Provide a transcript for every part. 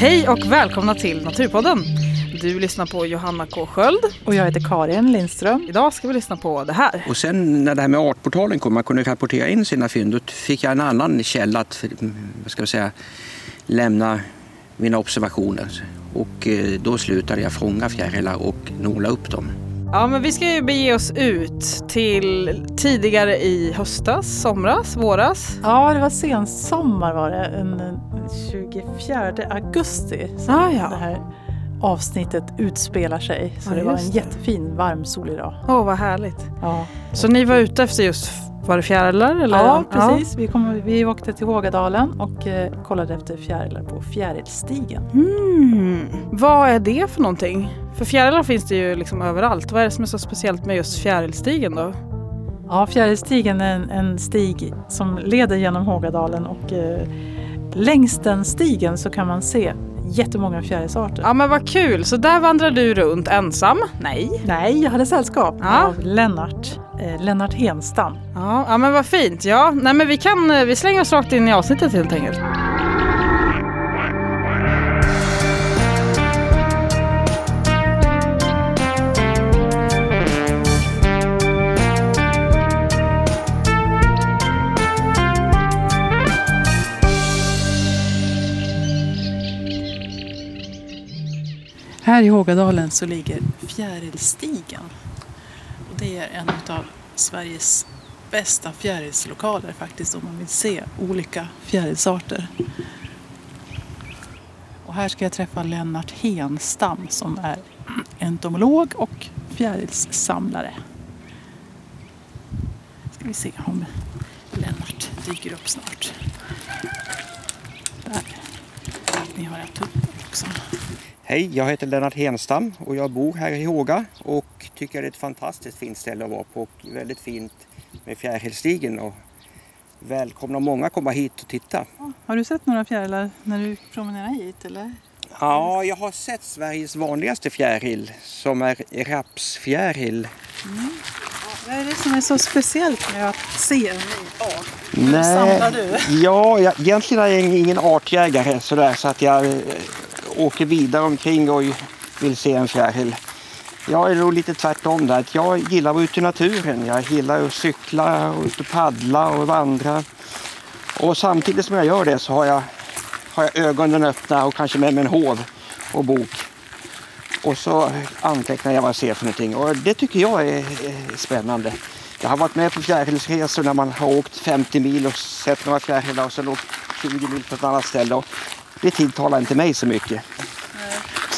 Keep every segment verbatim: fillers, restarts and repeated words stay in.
Hej och välkomna till Naturpodden. Du lyssnar på Johanna K. Sköld. Och jag heter Karin Lindström. Idag ska vi lyssna på det här. Och sen när det här med artportalen kom, man kunde rapportera in sina fynd, då fick jag en annan källa att, vad ska jag säga, lämna mina observationer. Och då slutade jag fånga fjärilar och nola upp dem. Ja, men vi ska ju bege oss ut till tidigare i höstas, somras, våras. Ja, det var sensommar var det, den tjugofjärde augusti som ah, ja. det här avsnittet utspelar sig. Så ja, det var en det. jättefin, varm, solig dag. Åh, oh, vad härligt. Ja. Så ni var ute efter just, var det fjärilar? Eller? Ja, precis. Ja. Vi, kom, vi åkte till Hågadalen och eh, kollade efter fjärilar på Fjärilstigen. Mm. Vad är det för någonting? För fjärilar finns det ju liksom överallt. Vad är det som är så speciellt med just Fjärilstigen då? Ja, Fjärilstigen är en, en stig som leder genom Hågadalen och eh, längs den stigen så kan man se jättemånga fjärilsarter. Ja, men vad kul. Så där vandrar du runt ensam? Nej. Nej, jag hade sällskap ja. av Lennart. Eh, Lennart Henstam. Ja, ja, men vad fint. Ja, nej, men vi kan vi slänger oss rakt in i avsnittet helt enkelt. Här i Hågadalen så ligger Fjärilstigen. Och det är en av Sveriges bästa fjärilslokaler faktiskt om man vill se olika fjärilsarter. Och här ska jag träffa Lennart Henstam som är entomolog och fjärilssamlare. Ska vi se om Lennart dyker upp snart. Där. Ni har en tupp också. Hej, jag heter Lennart Henstam och jag bor här i Håga och tycker det är ett fantastiskt fint ställe att vara på och väldigt fint med Fjärilstigen och välkomna många komma hit och titta. Har du sett några fjärilar när du promenerar hit eller? Ja, jag har sett Sveriges vanligaste fjäril som är rapsfjäril. Mm. Vad är det som är så speciellt med att se en ny art? Hur Nej, samlar du? Ja, jag, egentligen är jag ingen artjägare sådär, så att jag åker vidare omkring och vill se en fjäril. Jag är nog lite tvärtom där. Jag gillar att vara ute i naturen. Jag gillar att cykla och ut och paddla och vandra. Och samtidigt som jag gör det så har jag, har jag ögonen öppna och kanske med mig en hov och bok. Och så antecknar jag vad jag ser för någonting. Och det tycker jag är spännande. Jag har varit med på fjärilsresor när man har åkt femtio mil och sett några fjärilar och sen åkt tjugo mil på ett annat ställe. Och det tilltalar inte mig så mycket. Nej.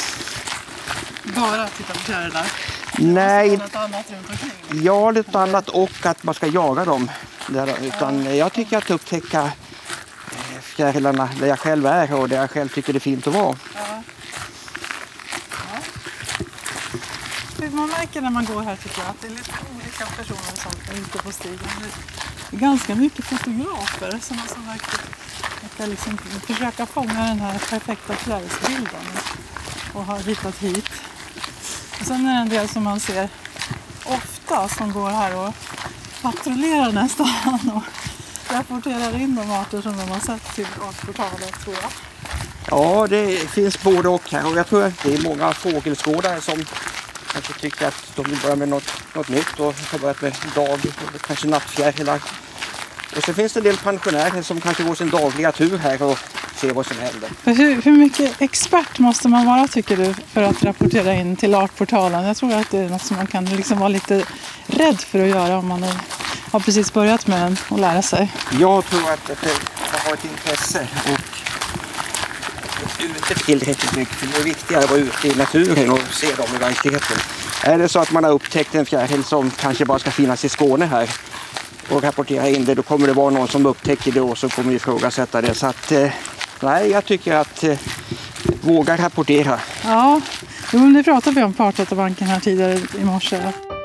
Bara titta på fjärilar? Nej. Något annat runt omkring? Ja, lite annat och att man ska jaga dem. Där, utan ja. Jag tycker att upptäcka fjärilarna där jag själv är och där jag själv tycker det är fint att vara. Ja. Ja. Man märker när man går här tycker jag att det är lite olika personer som är ute på stigen. Det är ganska mycket fotografer som, som verkar, verkar liksom försöka fånga den här perfekta fjärilsbilden och har hittat hit. Och sen är det en del som man ser ofta som går här och patrullerar nästan och rapporterar in de arter som de har sett till artportalet, tror jag. Ja, det finns både och här och jag tror att det är många fågelskådare som kanske tycker att de vill börja med något, något nytt och har börjat med dag och kanske nattfjärilar. Och så finns det en del pensionärer som kanske går sin dagliga tur här och ser vad som händer. Hur, hur mycket expert måste man vara tycker du för att rapportera in till artportalen? Jag tror att det är något som man kan liksom vara lite rädd för att göra om man är, har precis börjat med den och lära sig. Jag tror att det har ett intresse och ute tillräckligt mycket. För det är viktigare att vara ute i naturen och se dem i verkligheten. Är det så att man har upptäckt en fjäril som kanske bara ska finnas i Skåne här och rapportera in det, då kommer det vara någon som upptäcker det och så kommer vi ifrågasätta det. Så att, eh, nej, jag tycker att eh, våga rapportera. Ja, jo, det pratade vi om på Artdatabanken här tidigare i morse.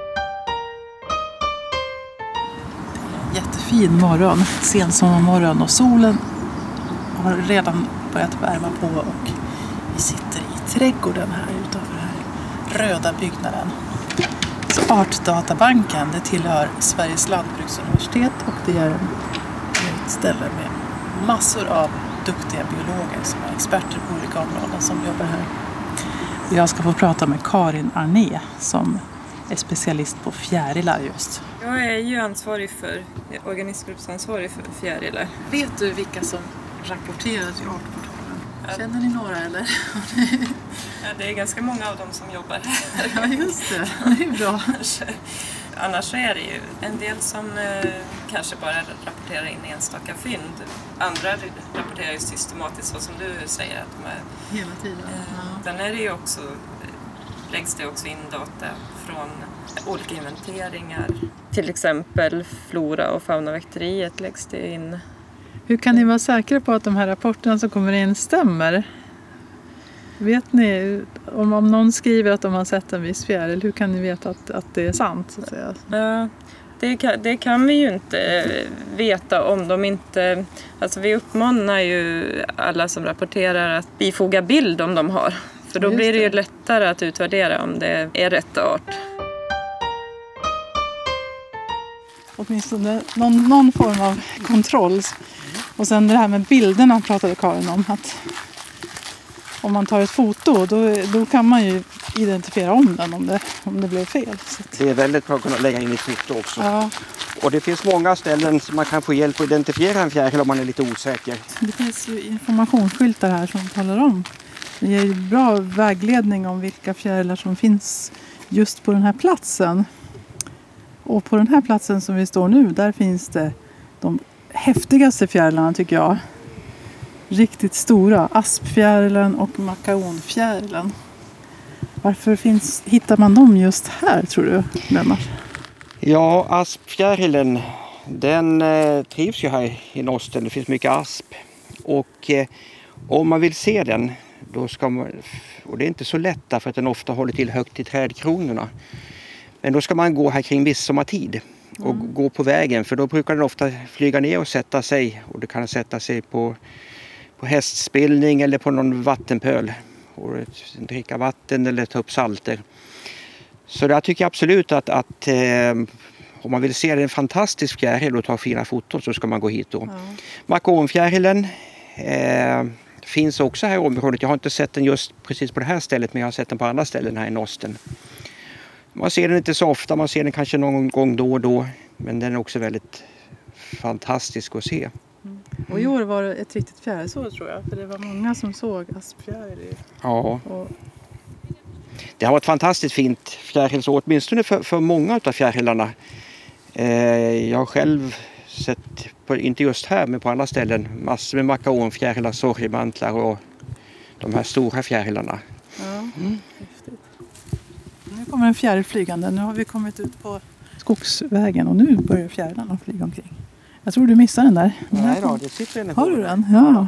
Jättefin morgon, sensommarmorgon och solen har redan börjat värma på och vi sitter i trädgården här utanför den här röda byggnaden. Så Artdatabanken, det tillhör Sveriges lantbruksuniversitet och det är ett ställe med massor av duktiga biologer som är experter på olika områden som jobbar här. Jag ska få prata med Karin Arné som är specialist på fjärilar just. Jag är ju ansvarig för, organismgruppsansvarig för fjärilar. Vet du vilka som rapporterar till Artportalen? Känner ni några eller? Ja, det är ganska många av dem som jobbar här. Ja, just det. Det är bra. Annars är det ju en del som eh, kanske bara rapporterar in enstaka fynd. Andra rapporterar ju systematiskt, så som du säger, att de är... Hela tiden. Eh, Sen är det ju också, läggs det också in data från olika inventeringar. Till exempel flora- och faunavekteriet läggs det in. Hur kan ni vara säkra på att de här rapporterna som kommer in stämmer? Vet ni, om, om någon skriver att de har sett en viss fjäril, hur kan ni veta att, att det är sant? Så att säga? Ja, det kan, det kan vi ju inte veta om de inte... Alltså vi uppmanar ju alla som rapporterar att bifoga bild om de har. För då blir det ju lättare att utvärdera om det är rätt art. Åtminstone någon, någon form av kontroll. Och sen det här med bilderna pratade Karin om. Att om man tar ett foto då, då kan man ju identifiera om den om det, om det blev fel. Så att... Det är väldigt bra att kunna lägga in i foto också. Ja. Och det finns många ställen som man kan få hjälp att identifiera en fjäril om man är lite osäker. Det finns ju informationsskyltar här som talar om. Det ger bra vägledning om vilka fjärilar som finns just på den här platsen. Och på den här platsen som vi står nu, där finns det de häftigaste fjärilarna tycker jag. Riktigt stora. Aspfjärilen och makaonfjärilen. Varför finns, hittar man dem just här tror du, Lennart? Ja, aspfjärilen, den eh, trivs ju här i Nosten. Det finns mycket asp. Och eh, om man vill se den, då ska man, och det är inte så lätt därför att den ofta håller till högt i trädkronorna. Men då ska man gå här kring midsommartid och mm. gå på vägen, för då brukar den ofta flyga ner och sätta sig. Och det kan sätta sig på, på hästspillning eller på någon vattenpöl och dricka vatten eller ta upp salter. Så där tycker jag absolut att, att eh, om man vill se en fantastisk fjäril och ta fina foton så ska man gå hit då. Mm. Makaonfjärilen eh, finns också här i området. Jag har inte sett den just precis på det här stället, men jag har sett den på andra ställen här i Nosten. Man ser den inte så ofta, man ser den kanske någon gång då och då. Men den är också väldigt fantastisk att se. Mm. Och i år var det ett riktigt fjärilsår tror jag. För det var många som såg aspfjäril. Ja. Och... Det har varit fantastiskt fint fjärilsår, åtminstone för, för många av fjärilarna. Eh, jag har själv sett, på, inte just här men på andra ställen, massor med makaonfjärilar, sorgemantlar och de här stora fjärilarna. Ja, mm. Häftigt. Nu kommer en fjäril flygande. Nu har vi kommit ut på skogsvägen och nu börjar fjärilarna flyga omkring. Jag tror du missade den där. Den Nej då, det sitter en. Har du den? Ja.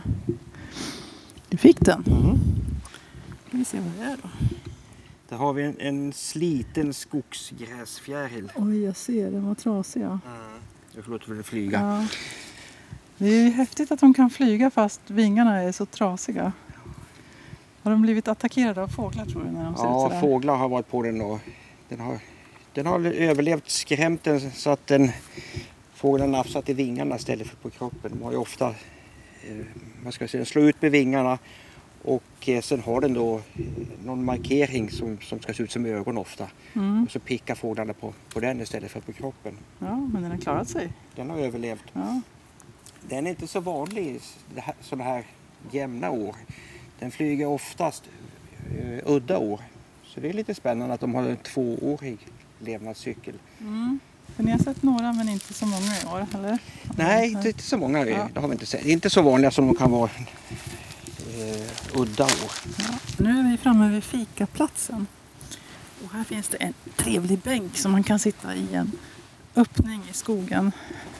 Du fick den. Mm. Ska vi se vad det är då. Där har vi en, en sliten skogsgräsfjäril. Oj, jag ser. Den var trasig. Ja. Mm. Jag får låta det flyga. Ja. Det är häftigt att de kan flyga fast vingarna är så trasiga. Har de blivit attackerade av fåglar tror du när de ser Ja, ut sådär? fåglar har varit på den och den har, den har överlevt, skrämt den så att den fåglarna nafsat i vingarna istället för på kroppen. De har ju ofta eh, vad ska jag säga, slå ut med vingarna och eh, sen har den då någon markering som, som ska se ut som ögon ofta. Mm. Och så pickar fåglarna på, på den istället för på kroppen. Ja, men den har klarat sig. Den har överlevt. Ja. Den är inte så vanlig sådana här jämna år. Den flyger oftast uh, udda år. Så det är lite spännande att de har en tvåårig levnadscykel. Mm. För ni har sett några men inte så många i år, eller? Nej, inte, inte så många. Ja. Det har vi inte sett. Inte så vanliga som de kan vara uh, udda år. Ja. Nu är vi framme vid fikaplatsen. Och här finns det en trevlig bänk som man kan sitta i en öppning i skogen.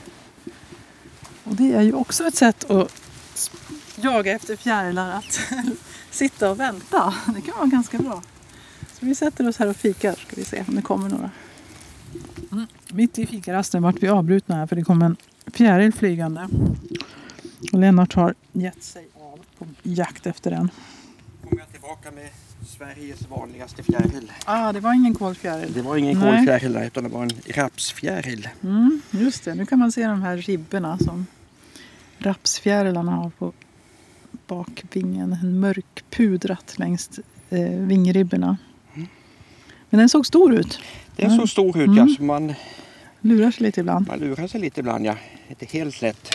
Och det är ju också ett sätt att jaga efter fjärilar, att sitta och vänta. Det kan vara ganska bra. Så vi sätter oss här och fikar, ska vi se om det kommer några. Mm. Mitt i fikarasten vart vi avbrutna här för det kom en fjäril flygande. Och Lennart har gett sig av på jakt efter den. Nu kommer jag tillbaka med Sveriges vanligaste fjäril. Ah, det var ingen kolfjäril. Det var ingen Nej. kolfjäril utan det var en rapsfjäril. Mm, just det, nu kan man se de här ribborna som rapsfjärilarna har på bakvingen, en mörk pudrat längs eh, vingribborna. Mm. Men den såg stor ut. Den såg stor ut, mm. ja. Så man lurar sig lite ibland. Man lurar sig lite ibland, ja. Det är inte helt lätt.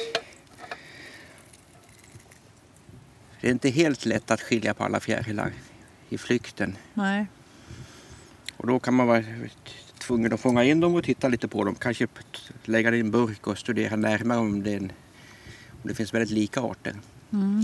Det är inte helt lätt att skilja på alla fjärilar i flykten. Nej. Och då kan man vara tvungen att fånga in dem och titta lite på dem. Kanske lägga det i en burk och studera närmare om det, en, om det finns väldigt lika arter. Mm.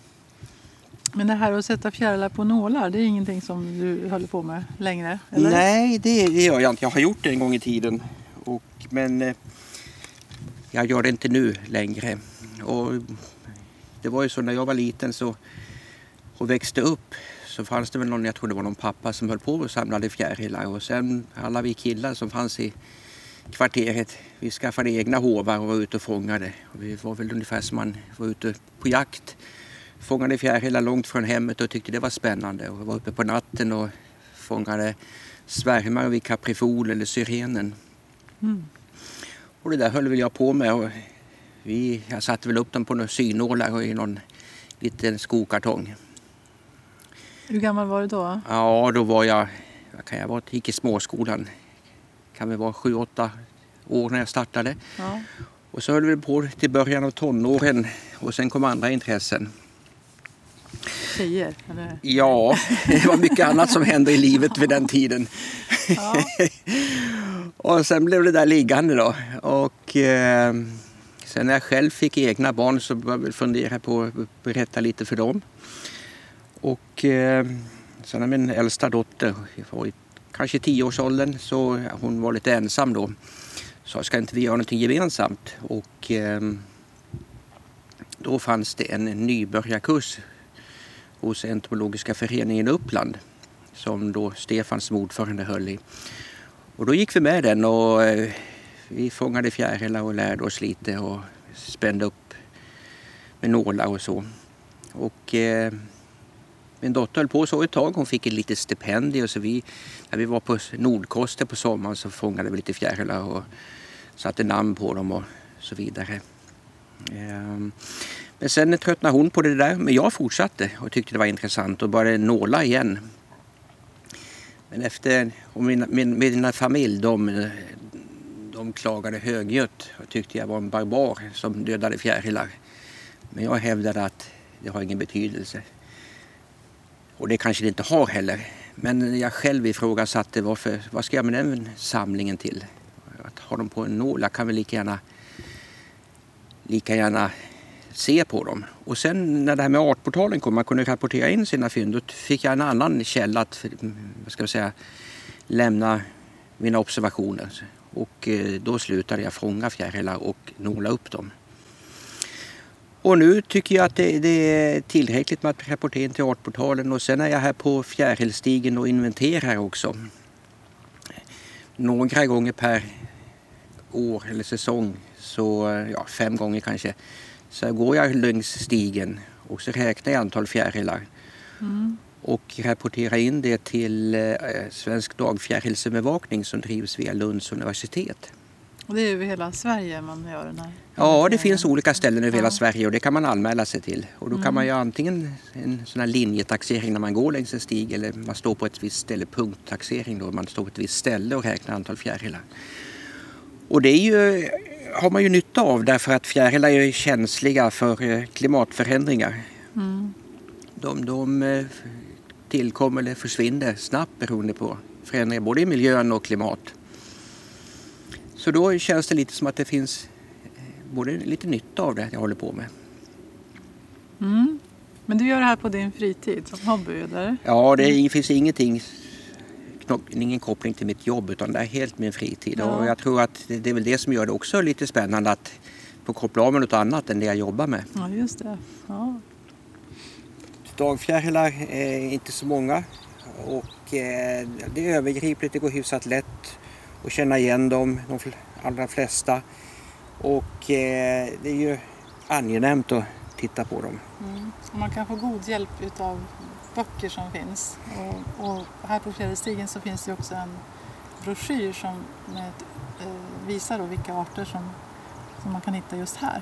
Men det här att sätta fjärilar på nålar, det är ingenting som du håller på med längre? Eller? Nej, det, det gör jag inte. Jag har gjort det en gång i tiden. Och, men eh, jag gör det inte nu längre. Och det var ju så när jag var liten så, och växte upp, så fanns det väl någon, jag tror det var någon pappa som höll på och samlade fjärilar. Och sen alla vi killar som fanns i kvarteret, vi skaffade egna hovar och var ute och fångade. Och vi var väl ungefär som man var ute på jakt. Fångade fjärilar långt från hemmet och tyckte det var spännande. Och var uppe på natten och fångade svärmar vid kaprifol eller syrenen. Mm. Och det där höll väl jag på med. Och vi, jag satte väl upp dem på några synålar och i någon liten skokartong. Hur gammal var du då? Ja, då var jag, vad kan jag vara, gick i småskolan. Kan väl vara sju, åtta år när jag startade. Ja. Och så höll vi på till början av tonåren och sen kom andra intressen. Tjejer? Eller? Ja, det var mycket annat som hände i livet vid den tiden. Ja. Och sen blev det där liggande då. Och eh, sen när jag själv fick egna barn så började jag fundera på att berätta lite för dem. Och eh, sen när min äldsta dotter var i kanske tioårsåldern så hon var lite ensam då. Så ska inte vi göra någonting gemensamt. Och eh, då fanns det en nybörjarkurs hos entomologiska föreningen i Uppland som då Stefan som ordförande höll i. Och då gick vi med den och eh, vi fångade fjärilar och lärde oss lite och spände upp med nålar och så. Och eh, min dotter höll på så ett tag, hon fick ett litet stipendium så vi, när vi var på Nordkoster på sommaren så fångade vi lite fjärilar och satte namn på dem och så vidare. Eh, Men sen tröttnade hon på det där, men jag fortsatte och tyckte det var intressant och började nåla igen. Men efter, och mina, min, mina familj, de, de klagade högljutt och tyckte jag var en barbar som dödade fjärilar. Men jag hävdade att det har ingen betydelse. Och det kanske det inte har heller. Men jag själv ifrågasatte varför, vad ska jag med den samlingen till? Att ha dem på en nål, jag kan väl lika gärna, lika gärna se på dem. Och sen när det här med artportalen kom, man kunde rapportera in sina fynd, då fick jag en annan källa att, vad ska jag säga, lämna mina observationer. Och då slutade jag fånga fjärilar och nåla upp dem. Och nu tycker jag att det, det är tillräckligt med att rapportera in till artportalen och sen är jag här på Fjärilstigen och inventerar också. Några gånger per år eller säsong, så ja, fem gånger kanske. Så går jag längs stigen och så räknar jag antal fjärilar. Mm. Och rapporterar in det till eh, Svensk dagfjärilsbevakning som drivs via Lunds universitet. Och det är över hela Sverige man gör den här? Ja, det finns olika ställen över ja. hela Sverige och det kan man anmäla sig till. Och då mm. kan man göra antingen en sån här linjetaxering när man går längs en stig eller man står på ett visst ställe, punkttaxering då, man står på ett visst ställe och räknar antal fjärilar. Och det är ju, har man ju nytta av därför att fjärilar är känsliga för klimatförändringar. Mm. De, de tillkommer eller försvinner snabbt beroende på förändringar både i miljön och klimat. Så då känns det lite som att det finns både lite nytta av det jag håller på med. Mm. Men du gör det här på din fritid som hobby, eller? Ja, det är, finns ingenting, ingen koppling till mitt jobb utan det är helt min fritid. Ja. Och jag tror att det är väl det som gör det också lite spännande att få koppla av med något annat än det jag jobbar med. Ja, just det. Ja. Dagfjärilar är inte så många och det är övergripligt, det går hyfsat lätt att känna igen dem, de allra flesta. Och eh, det är ju angenämt att titta på dem. Mm. Och man kan få god hjälp av böcker som finns. Och, och här på Fjärilstigen så finns det också en broschyr som med, eh, visar då vilka arter som, som man kan hitta just här.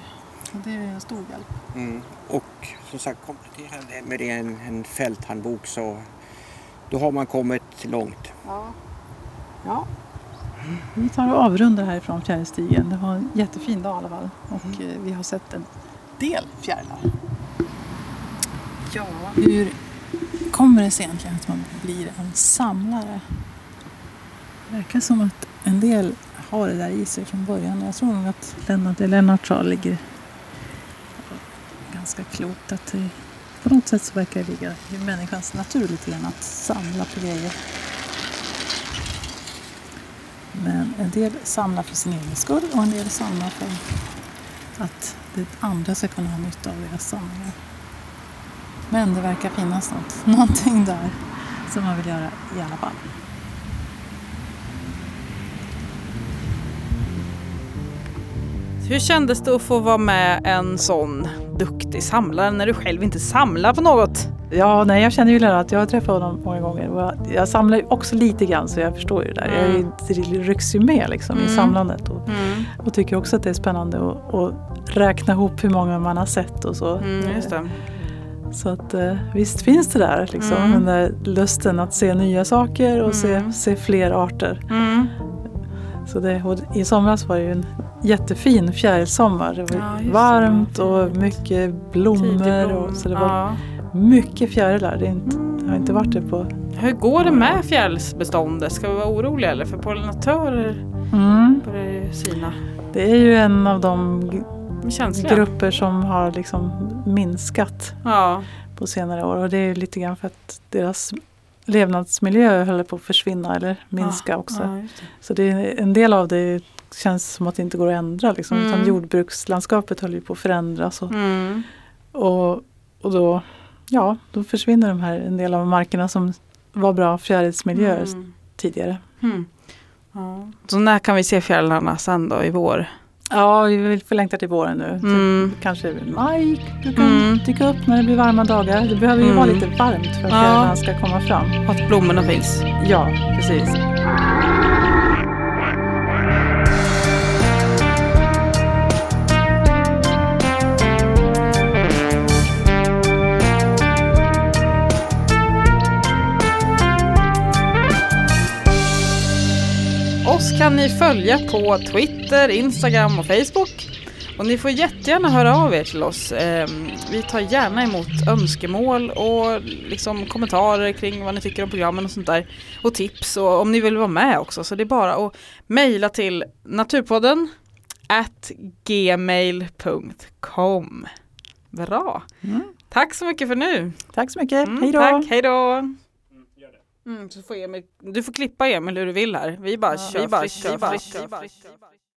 Och det är en stor hjälp. Mm. Och som sagt, komplettera det med det en, en fälthandbok så då har man kommit långt. Ja. Ja. Vi tar och avrundar härifrån fjärilstigen. Det var en jättefin dag i alla fall. Och mm. vi har sett en del fjärilar. Ja. Hur kommer det sig egentligen att man blir en samlare? Det verkar som att en del har det där i sig från början. Jag tror nog att Lennart, Lennart sa ligger ganska klokt. Att det, på något sätt så verkar det ligga i människans natur lite grann att samla på grejer. Men en del samlar för sin egen skull och en del samlar för att det andra ska kunna ha nytta av deras samlingar. Men det verkar finnas något, någonting där som man vill göra i alla fall. Hur kändes det att få vara med en sån duktig samlare när du själv inte samlar på något? Ja, nej, jag känner ju att jag har träffat honom många gånger. Och jag, jag samlar ju också lite grann så jag förstår ju det där. Mm. Jag rycks ju med liksom, mm. i samlandet och, mm. och tycker också att det är spännande att, att räkna ihop hur många man har sett och så. Mm, just det. Så att visst finns det där liksom, mm. den där lusten att se nya saker och mm. se, se fler arter. Mm. Så det, och i somras var det ju en jättefin fjärilsommar. Det var ja, varmt det. Och mycket blommor. Och, så det var ja. mycket fjärilar. Det, är inte, det har inte varit det på... Hur går det med fjärilsbeståndet? Ska vi vara oroliga eller? För pollinatörer mm. börjar ju sina. Det är ju en av de Känsliga. grupper som har liksom minskat ja. på senare år. Och det är lite grann för att deras levnadsmiljö håller på att försvinna eller minska ja, också. Ja, det. Så det är, en del av det känns som att det inte går att ändra. Liksom, mm. utan jordbrukslandskapet håller på att förändras. Och, mm. och, och då, ja, då försvinner de här en del av markerna som var bra fjärilsmiljöer mm. tidigare. Mm. Ja. Så när kan vi se fjärilarna sen då i vår? Ja, vi vill förlängta till våren nu. Mm. Kanske maj, du kan mm. dyka upp när det blir varma dagar. Det behöver ju mm. vara lite varmt för att fjärilarna ja. ska komma fram. Att blommorna finns. Ja, precis. Oss kan ni följa på Twitter, Instagram och Facebook. Och ni får jättegärna höra av er till oss. Vi tar gärna emot önskemål och liksom kommentarer kring vad ni tycker om programmen och sånt där. Och tips och om ni vill vara med också. Så det är bara att mejla till naturpodden at gmail punkt com. Bra. Mm. Tack så mycket för nu. Tack så mycket. Mm, hej då. Tack, hej då. Mm, så får Emil, du får klippa Emil hur du vill här. Vi bara ja, kör, vi bara kör, kör, kör, kör, kör.